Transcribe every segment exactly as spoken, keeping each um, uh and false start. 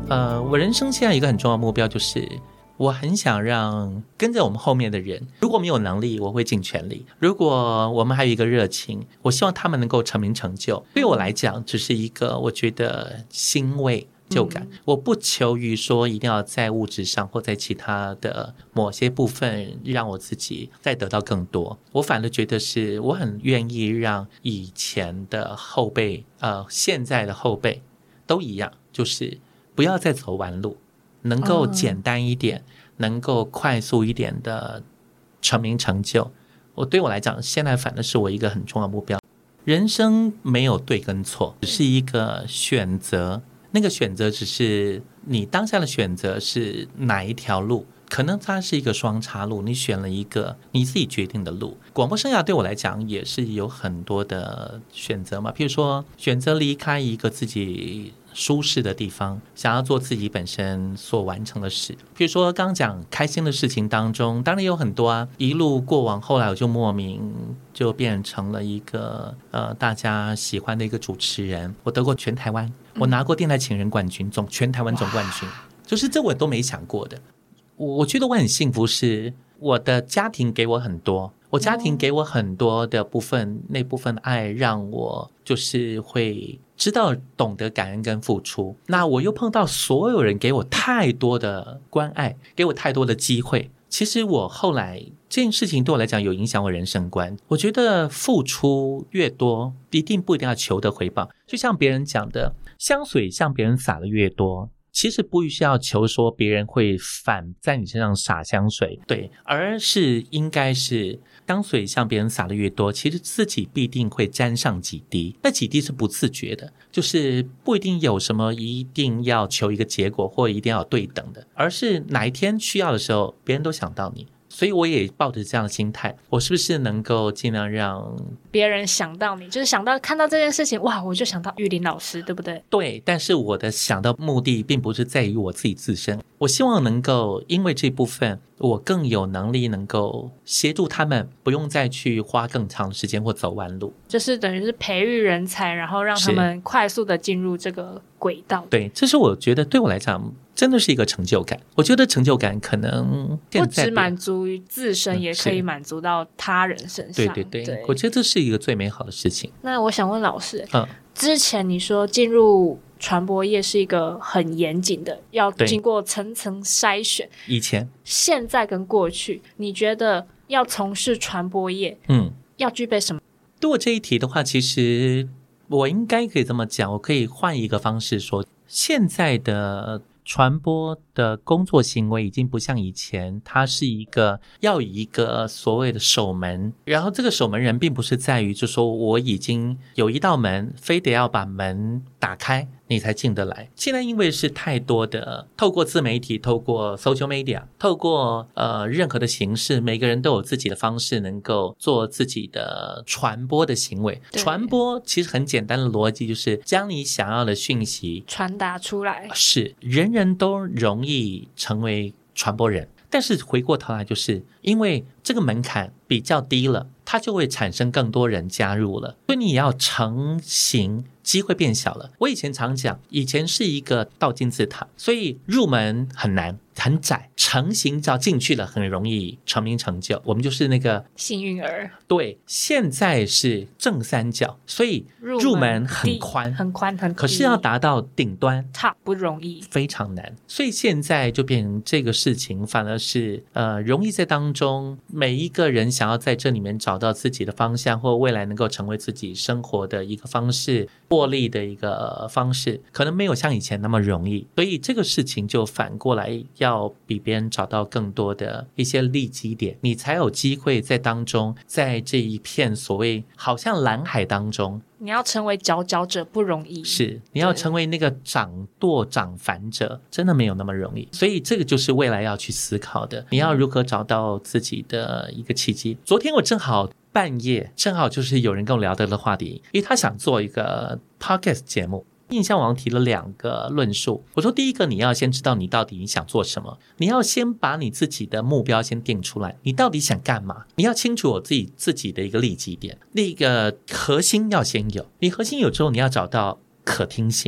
呃，我人生现在一个很重要的目标就是，我很想让跟着我们后面的人，如果没有能力，我会尽全力；如果我们还有一个热情，我希望他们能够成名成就。对我来讲，只是一个我觉得欣慰。就感，我不求于说一定要在物质上或在其他的某些部分让我自己再得到更多，我反而觉得是我很愿意让以前的后辈呃，现在的后辈都一样，就是不要再走弯路，能够简单一点、哦、能够快速一点的成名成就。我对我来讲，现在反而是我一个很重要的目标。人生没有对跟错，只是一个选择，那个选择只是你当下的选择是哪一条路，可能它是一个双岔路，你选了一个你自己决定的路。广播生涯对我来讲也是有很多的选择嘛，譬如说选择离开一个自己舒适的地方，想要做自己本身所完成的事。譬如说刚讲开心的事情当中，当然有很多啊，一路过往，后来我就莫名就变成了一个呃大家喜欢的一个主持人，我得过全台湾，我拿过电台情人冠军，总全台湾总冠军，就是这我都没想过的。我觉得我很幸福，是我的家庭给我很多，我家庭给我很多的部分，那部分爱让我就是会知道懂得感恩跟付出。那我又碰到所有人给我太多的关爱，给我太多的机会。其实我后来这件事情对我来讲有影响我人生观。我觉得付出越多，一定不一定要求得回报。就像别人讲的，香水向别人洒的越多，其实不需要求说别人会反在你身上洒香水，对，而是应该是香水向别人洒的越多，其实自己必定会沾上几滴，那几滴是不自觉的，就是不一定有什么一定要求一个结果或一定要对等的，而是哪一天需要的时候别人都想到你。所以我也抱着这样的心态，我是不是能够尽量让别人想到你，就是想到看到这件事情，哇，我就想到玉林老师，对不对？ 对，但是我的想到目的并不是在于我自己自身，我希望能够因为这部分我更有能力能够协助他们，不用再去花更长的时间或走弯路， 就是等于是培育人才，然后让他们快速的进入这个轨道。 对，这是我觉得对我来讲真的是一个成就感。我觉得成就感可能不只满足于自身、嗯、也可以满足到他人身上。 对对 对, 对，我觉得这是一个最美好的事情。 那我想问老师、 嗯、 之前你说进入传播业是一个很严谨的，要经过层层筛选， 以前现在跟过去你觉得要从事传播业嗯， 要具备什么？ 对我这一题的话，其实我应该可以这么讲，我可以换一个方式说，现在的传播的工作行为已经不像以前，它是一个要以一个所谓的守门，然后这个守门人并不是在于就说我已经有一道门，非得要把门打开你才进得来。现在因为是太多的透过自媒体，透过 social media， 透过呃任何的形式，每个人都有自己的方式能够做自己的传播的行为。传播其实很简单的逻辑，就是将你想要的讯息传达出来， 是人人都容易成为传播人，但是回过头来就是因为这个门槛比较低了，它就会产生更多人加入了，所以你也要成型，机会变小了。我以前常讲，以前是一个倒金字塔，所以入门很难很窄，成型只要进去了很容易成名成就，我们就是那个幸运儿。 对，现在是正三角，所以入门很宽很宽很可是要达到顶端 top 不容易， 非常难。所以现在就变成这个事情反而是呃容易在当中，每一个人想要在这里面找到自己的方向，或未来能够成为自己生活的一个方式，获利的一个方式，可能没有像以前那么容易。所以这个事情就反过来要比别人找到更多的一些利基点，你才有机会在当中，在这一片所谓好像蓝海当中， 你要成为佼佼者不容易， 是你要成为那个掌舵掌凡者真的没有那么容易。所以这个就是未来要去思考的，你要如何找到自己的一个契机。昨天我正好半夜正好就是有人跟我聊这个话题，因为他想做一个 podcast 节目，印象网提了两个论述。我说第一个，你要先知道你到底你想做什么，你要先把你自己的目标先定出来，你到底想干嘛，你要清楚我自己自己的一个利基点，那个核心要先有，你核心有之后，你要找到可听性，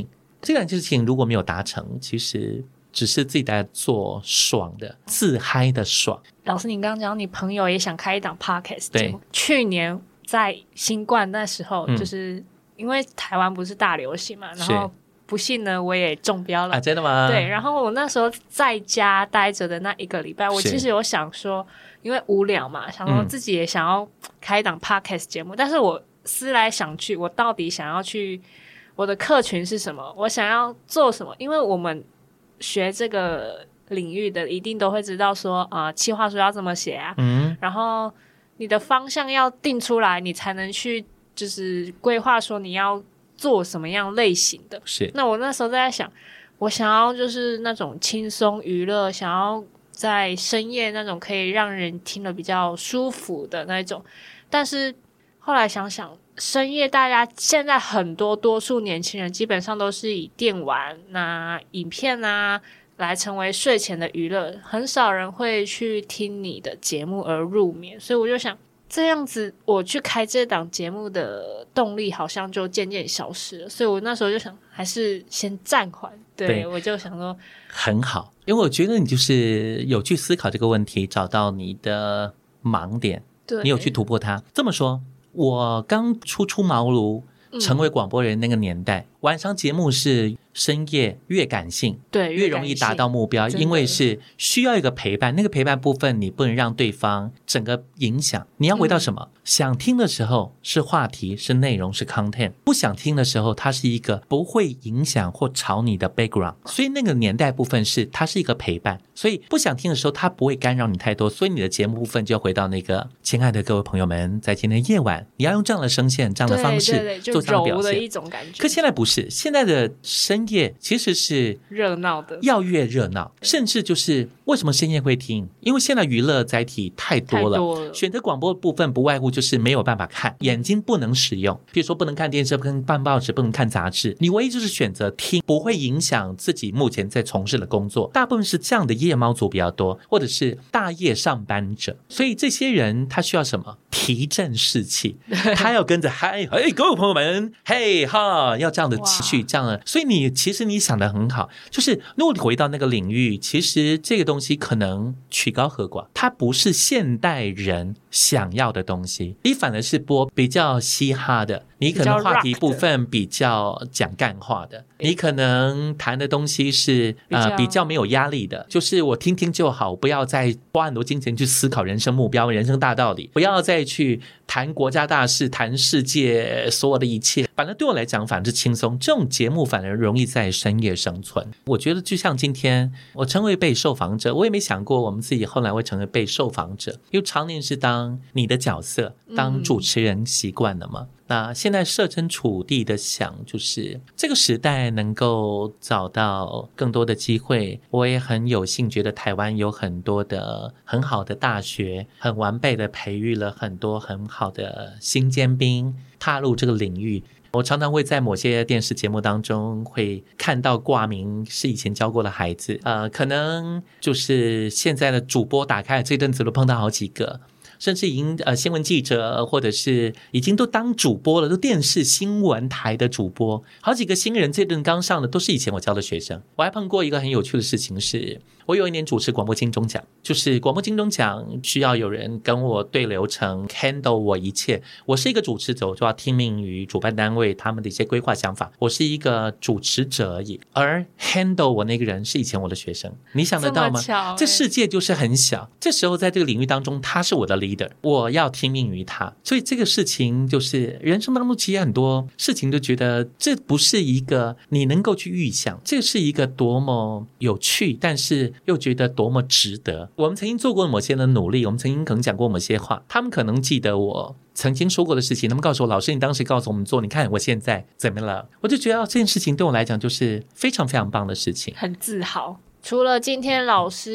这两件事情如果没有达成，其实只是自己在做爽的自嗨的爽。 老师，你刚刚讲你朋友也想开一档 podcast 节目，去年在新冠那时候、嗯、就是因为台湾不是大流行嘛，然后不幸呢我也中标了啊。 真的吗？ 对，然后我那时候在家待着的那一个礼拜，我其实有想说因为无聊嘛，想说自己也想要开一档 podcast 节目、嗯、但是我思来想去，我到底想要去我的客群是什么，我想要做什么，因为我们学这个领域的一定都会知道说啊、呃，企划书要怎么写啊、嗯、然后你的方向要定出来，你才能去就是规划说你要做什么样类型的。 是， 那我那时候在想，我想要就是那种轻松娱乐，想要在深夜那种可以让人听了比较舒服的那种，但是后来想想，深夜大家现在很多多数年轻人基本上都是以电玩啊、影片啊来成为睡前的娱乐，很少人会去听你的节目而入眠，所以我就想这样子我去开这档节目的动力好像就渐渐消失了，所以我那时候就想还是先暂缓。 对, 对我就想说很好，因为我觉得你就是有去思考这个问题，找到你的盲点，对，你有去突破它。这么说，我刚初出茅庐成为广播人那个年代、嗯、晚上节目是深夜越感性， 对， 越容易达到目标，因为是需要一个陪伴，那个陪伴部分你不能让对方整个影响，你要回到什么、嗯、想听的时候是话题，是内容，是 content， 不想听的时候它是一个不会影响或吵你的 background， 所以那个年代部分是它是一个陪伴，所以不想听的时候它不会干扰你太多，所以你的节目部分就回到那个亲爱的各位朋友们，在今天的夜晚你要用这样的声线这样的方式， 对对对， 做这样的表现， 就柔的一种感觉。 可现在不是，现在的深夜其实是热闹的， 要越热闹，甚至就是为什么深夜会听，因为现在娱乐载体太多了，太多了，选择广播的部分不外乎就是没有办法看，眼睛不能使用，比如说不能看电视，不能看报纸，不能看杂志，你唯一就是选择听，不会影响自己目前在从事的工作，大部分是这样的夜猫族比较多，或者是大夜上班者，所以这些人他需要什么？提振士气，他要跟着嗨，嘿，各位朋友们，嘿哈，要这样的持续，这样的，所以你其实你想的很好，就是如果你回到那个领域，其实这个东西可能曲高和寡，它不是现代人想要的东西，你反而是播比较嘻哈的，你可能话题部分比较讲干话的，你可能谈的东西是呃比较没有压力的，就是我听听就好，不要再花很多金钱去思考人生目标、人生大道理，不要再去谈国家大事、谈世界所有的一切，反正对我来讲反而是轻松，这种节目反而容易在深夜生存。我觉得就像今天我成为被受访者，我也没想过我们自己后来会成为被受访者，因为常年是当你的角色，当主持人习惯了嘛、嗯，那现在设身处地的想，就是这个时代能够找到更多的机会，我也很有幸觉得台湾有很多的很好的大学，很完备的培育了很多很好的新尖兵踏入这个领域。我常常会在某些电视节目当中会看到挂名是以前教过的孩子，呃，可能就是现在的主播打开这阵子都碰到好几个，甚至已经呃新闻记者，或者是已经都当主播了，都电视新闻台的主播，好几个新人这阵刚上的都是以前我教的学生。我还碰过一个很有趣的事情是，我有一年主持广播金钟奖，就是广播金钟奖需要有人跟我对流程 handle 我一切，我是一个主持者，我就要听命于主办单位他们的一些规划想法，我是一个主持者而已，而 handle 我那个人是以前我的学生，你想得到吗？ 这,、欸、这世界就是很小，这时候在这个领域当中他是我的 leader，我要听命于他，所以这个事情就是人生当中其实很多事情就觉得这不是一个你能够去预想，这是一个多么有趣但是又觉得多么值得。我们曾经做过某些的努力，我们曾经可能讲过某些话，他们可能记得我曾经说过的事情，他们告诉我，老师你当时告诉我们做，你看我现在怎么了，我就觉得、哦、这件事情对我来讲就是非常非常棒的事情， 很自豪。除了今天老师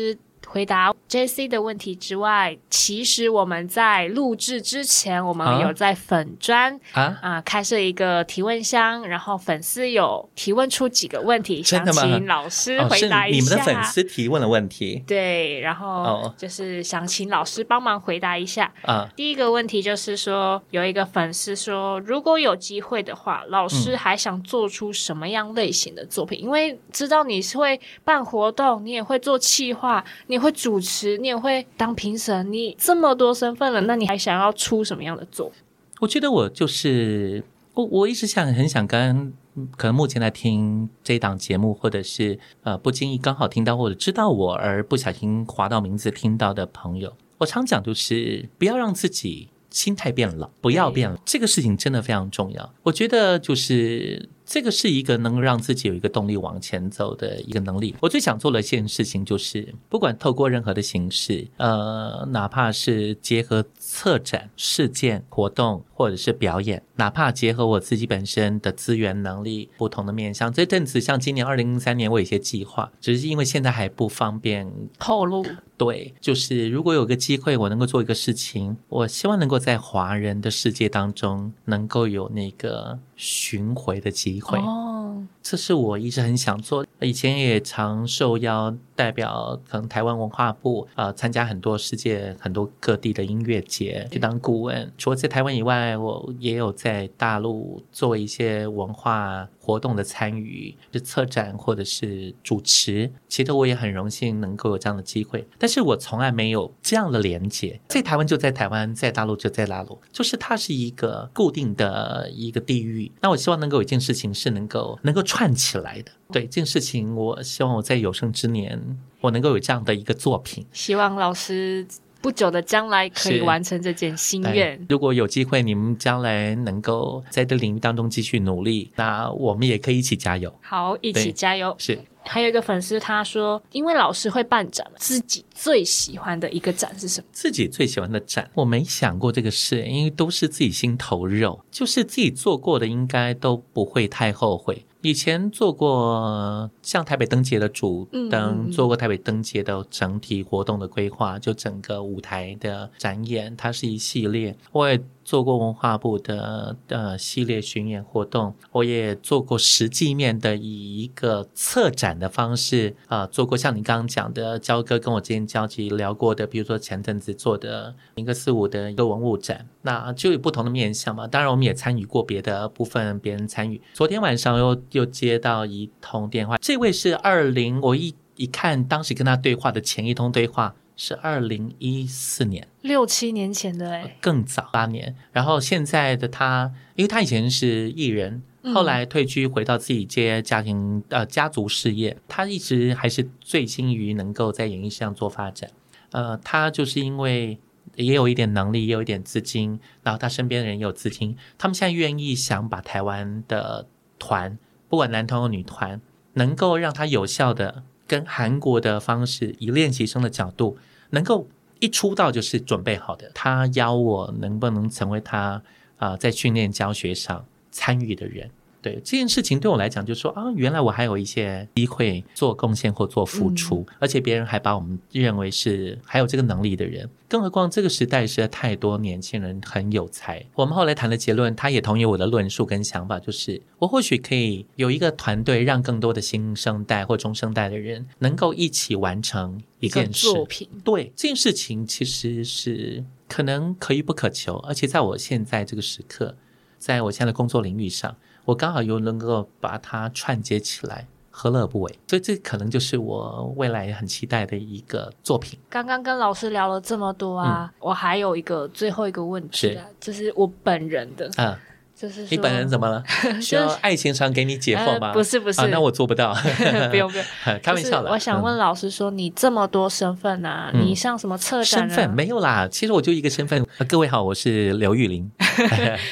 回答 J C 的问题之外，其实我们在录制之前，我们有在粉专啊、呃、开设一个提问箱，然后粉丝有提问出几个问题，想请老师回答一下。哦，是你们的粉丝提问的问题？ 对，然后就是想请老师帮忙回答一下。啊，第一个问题就是说，有一个粉丝说，如果有机会的话，老师还想做出什么样类型的作品？嗯、因为知道你是会办活动，你也会做企划，你会主持，你也会当评审，你这么多身份了，那你还想要出什么样的作品？ 我觉得我就是我，我一直想很想跟可能目前来听这一档节目，或者是呃不经意刚好听到或者知道我而不小心滑到名字听到的朋友，我常讲就是不要让自己心态变老，不要变老，这个事情真的非常重要。我觉得就是这个是一个能让自己有一个动力往前走的一个能力。我最想做的一件事情就是，不管透过任何的形式，呃，哪怕是结合策展、事件、活动，或者是表演，哪怕结合我自己本身的资源能力，不同的面向。这阵子像今年二零二三年，我有一些计划，只是因为现在还不方便透露。 对，就是如果有个机会，我能够做一个事情，我希望能够在华人的世界当中，能够有那个巡回的机会。哦，这是我一直很想做，以前也常受邀代表可能台湾文化部呃参加很多世界很多各地的音乐节去当顾问。除了在台湾以外，我也有在大陆做一些文化活动的参与，是策展或者是主持。其实我也很荣幸能够有这样的机会，但是我从来没有这样的连结，在台湾就在台湾，在大陆就在大陆，就是它是一个固定的一个地域。那我希望能够有一件事情是能够能够串起来的。对，这件事情我希望我在有生之年我能够有这样的一个作品， 希望老师不久的将来可以完成这件心愿。 如果有机会你们将来能够在这领域当中继续努力，那我们也可以一起加油。 好，一起加油。 是。 还有一个粉丝他说，因为老师会办展，自己最喜欢的一个展是什么？ 自己最喜欢的展我没想过这个事，因为都是自己心头肉，就是自己做过的应该都不会太后悔。以前做过像台北灯节的主灯、嗯、做过台北灯节的整体活动的规划，就整个舞台的展演，它是一系列。我也做过文化部的呃系列巡演活动，我也做过实际面的以一个策展的方式啊、呃，做过像你刚刚讲的焦哥跟我之前交集聊过的，比如说前阵子做的民歌四五的一个文物展，那就有不同的面向嘛。当然我们也参与过别的部分，别人参与。昨天晚上又又接到一通电话，这位是二零，我一一看当时跟他对话的前一通对话是二零一四年， 六七年前的哎， 更早八年。然后现在的他，因为他以前是艺人，后来退居回到自己接家庭呃家族事业，他一直还是醉心于能够在演艺上做发展。呃，他就是因为也有一点能力，也有一点资金，然后他身边的人也有资金，他们现在愿意想把台湾的团，不管男团或女团，能够让他有效的跟韩国的方式，以练习生的角度，能够一出道就是准备好的。他邀我能不能成为他、呃、在训练教学上参与的人。对这件事情对我来讲就是说啊，原来我还有一些机会做贡献或做付出、嗯、而且别人还把我们认为是还有这个能力的人。更何况这个时代实在太多年轻人很有才。我们后来谈的结论，他也同意我的论述跟想法，就是我或许可以有一个团队，让更多的新生代或中生代的人能够一起完成一件事， 一个作品。 对，这件事情其实是可能可遇不可求，而且在我现在这个时刻，在我现在的工作领域上，我刚好又能够把它串接起来，何乐而不为？所以这可能就是我未来很期待的一个作品。 刚刚跟老师聊了这么多啊、嗯、我还有一个最后一个问题啊，就是我本人的啊，就是说你本人怎么了？需要爱情上给你解惑吗？ 呃、不是不是、 啊、那我做不到不用不用开玩笑啦、就是、 我想问老师说、嗯、你这么多身份啊、嗯、你上什么策展、啊、 身份没有啦，其实我就一个身份。各位好，我是刘玉玲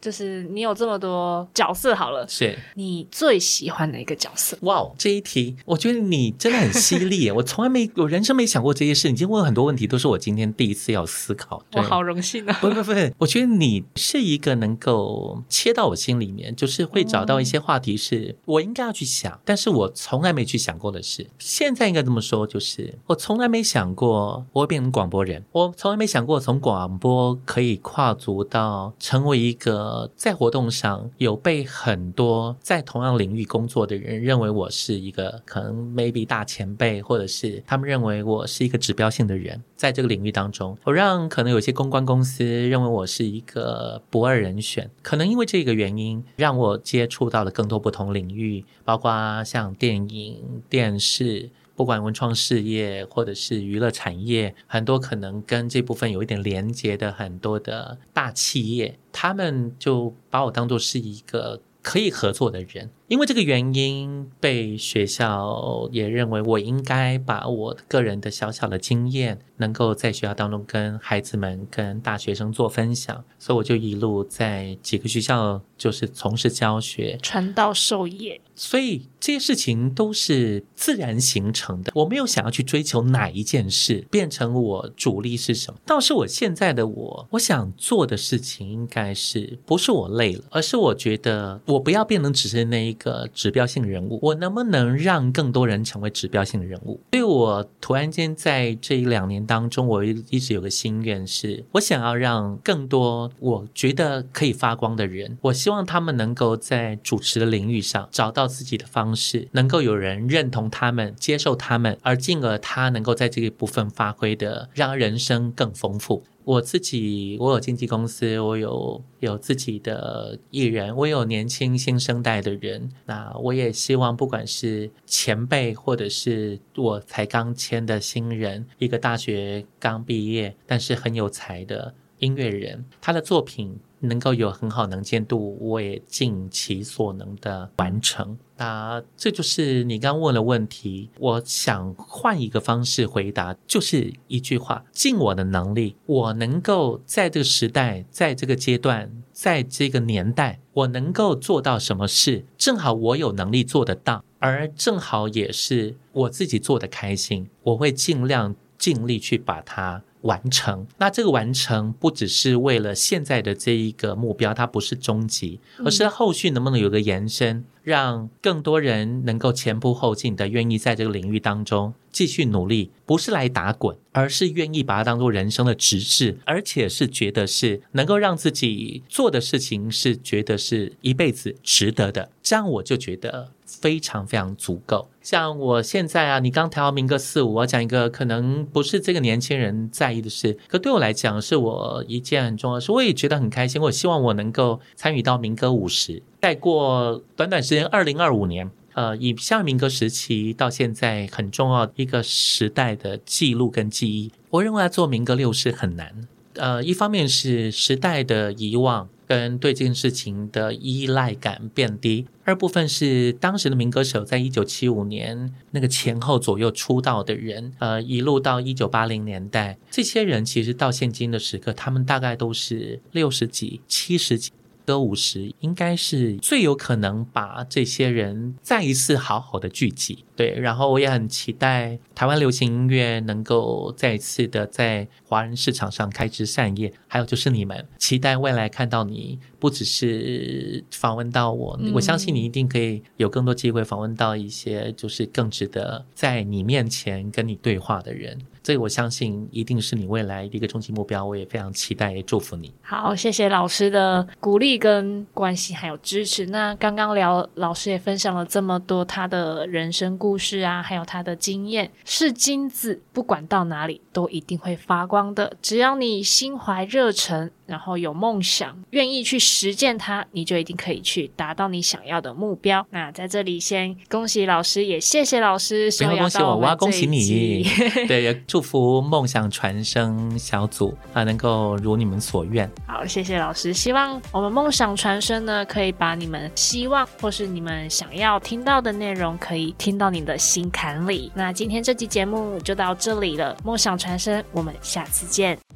就是你有这么多角色好了， 是你最喜欢哪一个角色？ 哇、wow, 这一题我觉得你真的很犀利耶我从来没我人生没想过这些事，你今天问很多问题都是我今天第一次要思考。 我好荣幸啊！ 不不不，我觉得你是一个能够切到我心里面，就是会找到一些话题是我应该要去想，但是我从来没去想过的事。现在应该这么说，就是我从来没想过我会变成广播人，我从来没想过从广播可以跨足到成为一个在活动上有被很多在同样领域工作的人认为我是一个可能 maybe 大前辈，或者是他们认为我是一个指标性的人。在这个领域当中，我让可能有些公关公司认为我是一个不二人选，可能因为这个原因让我接触到了更多不同领域，包括像电影、电视，不管文创事业或者是娱乐产业，很多可能跟这部分有一点连结的很多的大企业，他们就把我当作是一个可以合作的人。因为这个原因被学校也认为我应该把我个人的小小的经验能够在学校当中跟孩子们跟大学生做分享，所以我就一路在几个学校就是从事教学传道授业， 所以这些事情都是自然形成的，我没有想要去追求哪一件事变成我主力是什么。倒是我现在的我我想做的事情应该是不是我累了，而是我觉得我不要变成只是那一个指标性人物，我能不能让更多人成为指标性人物。所以我突然间在这一两年当中，我一直有个心愿，是我想要让更多我觉得可以发光的人，我希望他们能够在主持的领域上找到自己的方式，能够有人认同他们，接受他们，而进而他能够在这个部分发挥的让人生更丰富。我自己我有经纪公司，我有有自己的艺人，我有年轻新生代的人，那我也希望不管是前辈或者是我才刚签的新人，一个大学刚毕业但是很有才的音乐人，他的作品能够有很好能见度，我也尽其所能的完成。那这就是你刚问的问题，我想换一个方式回答，就是一句话，尽我的能力，我能够在这个时代，在这个阶段，在这个年代，我能够做到什么事，正好我有能力做得到，而正好也是我自己做得开心，我会尽量尽力去把它完成。那这个完成不只是为了现在的这一个目标，它不是终极，而是后续能不能有个延伸，让更多人能够前仆后继的愿意在这个领域当中继续努力，不是来打滚，而是愿意把它当作人生的直视，而且是觉得是能够让自己做的事情是觉得是一辈子值得的，这样我就觉得非常非常足够。像我现在啊，你刚谈到民歌四五，我讲一个可能不是这个年轻人在意的事，可对我来讲是我一件很重要的事，我也觉得很开心，我希望我能够参与到民歌五十，再过短短时间二零二五年呃，以像民歌时期到现在很重要一个时代的记录跟记忆，我认为要做民歌六十很难。呃，一方面是时代的遗忘跟对这件事情的依赖感变低，二部分是当时的民歌手在一九七五年那个前后左右出道的人，呃，一路到一九八零年代，这些人其实到现今的时刻，他们大概都是六十几、七十几。歌五十应该是最有可能把这些人再一次好好的聚集。对，然后我也很期待台湾流行音乐能够再一次的在华人市场上开枝散叶，还有就是你们期待未来看到你不只是访问到我、嗯、我相信你一定可以有更多机会访问到一些就是更值得在你面前跟你对话的人，这个我相信一定是你未来的一个终极目标，我也非常期待，也祝福你。 好，谢谢老师的鼓励跟关心还有支持。那刚刚聊老师也分享了这么多他的人生故事啊，还有他的经验，是金子不管到哪里都一定会发光的，只要你心怀热忱，然后有梦想，愿意去实践它，你就一定可以去达到你想要的目标。那在这里先恭喜老师，也谢谢老师受邀到我们这一集。不要恭喜我，我要恭喜你。对，也祝福梦想传声小组啊能够如你们所愿。好，谢谢老师。希望我们梦想传声呢，可以把你们希望或是你们想要听到的内容，可以听到你的心坎里。那今天这期节目就到这里了，梦想传声，我们下次见。